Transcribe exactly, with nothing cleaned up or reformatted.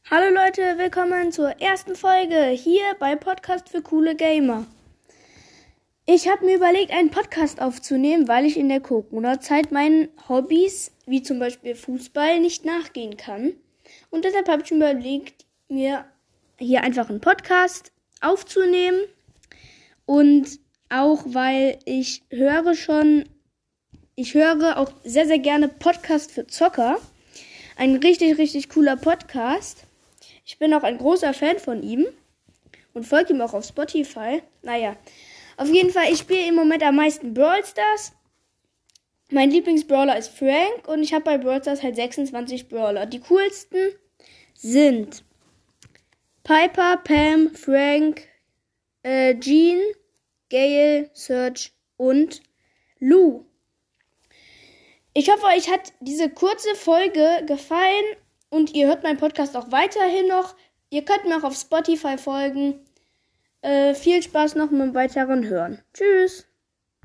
Hallo Leute, willkommen zur ersten Folge hier bei Podcast für coole Gamer. Ich habe mir überlegt, einen Podcast aufzunehmen, weil ich in der Corona-Zeit meinen Hobbys, wie zum Beispiel Fußball, nicht nachgehen kann. Und deshalb habe ich mir überlegt, mir hier einfach einen Podcast aufzunehmen. Und auch weil ich höre schon, ich höre auch sehr, sehr gerne Podcast für Zocker. Ein richtig, richtig cooler Podcast. Ich bin auch ein großer Fan von ihm und folge ihm auch auf Spotify. Naja, auf jeden Fall, ich spiele im Moment am meisten Brawl Stars. Mein Lieblingsbrawler ist Frank und ich habe bei Brawl Stars halt sechsundzwanzig Brawler. Die coolsten sind Piper, Pam, Frank, äh, Jean, Gale, Surge und Lou. Ich hoffe, euch hat diese kurze Folge gefallen. Und ihr hört meinen Podcast auch weiterhin noch. Ihr könnt mir auch auf Spotify folgen. Äh, viel Spaß noch mit dem weiteren Hören. Tschüss.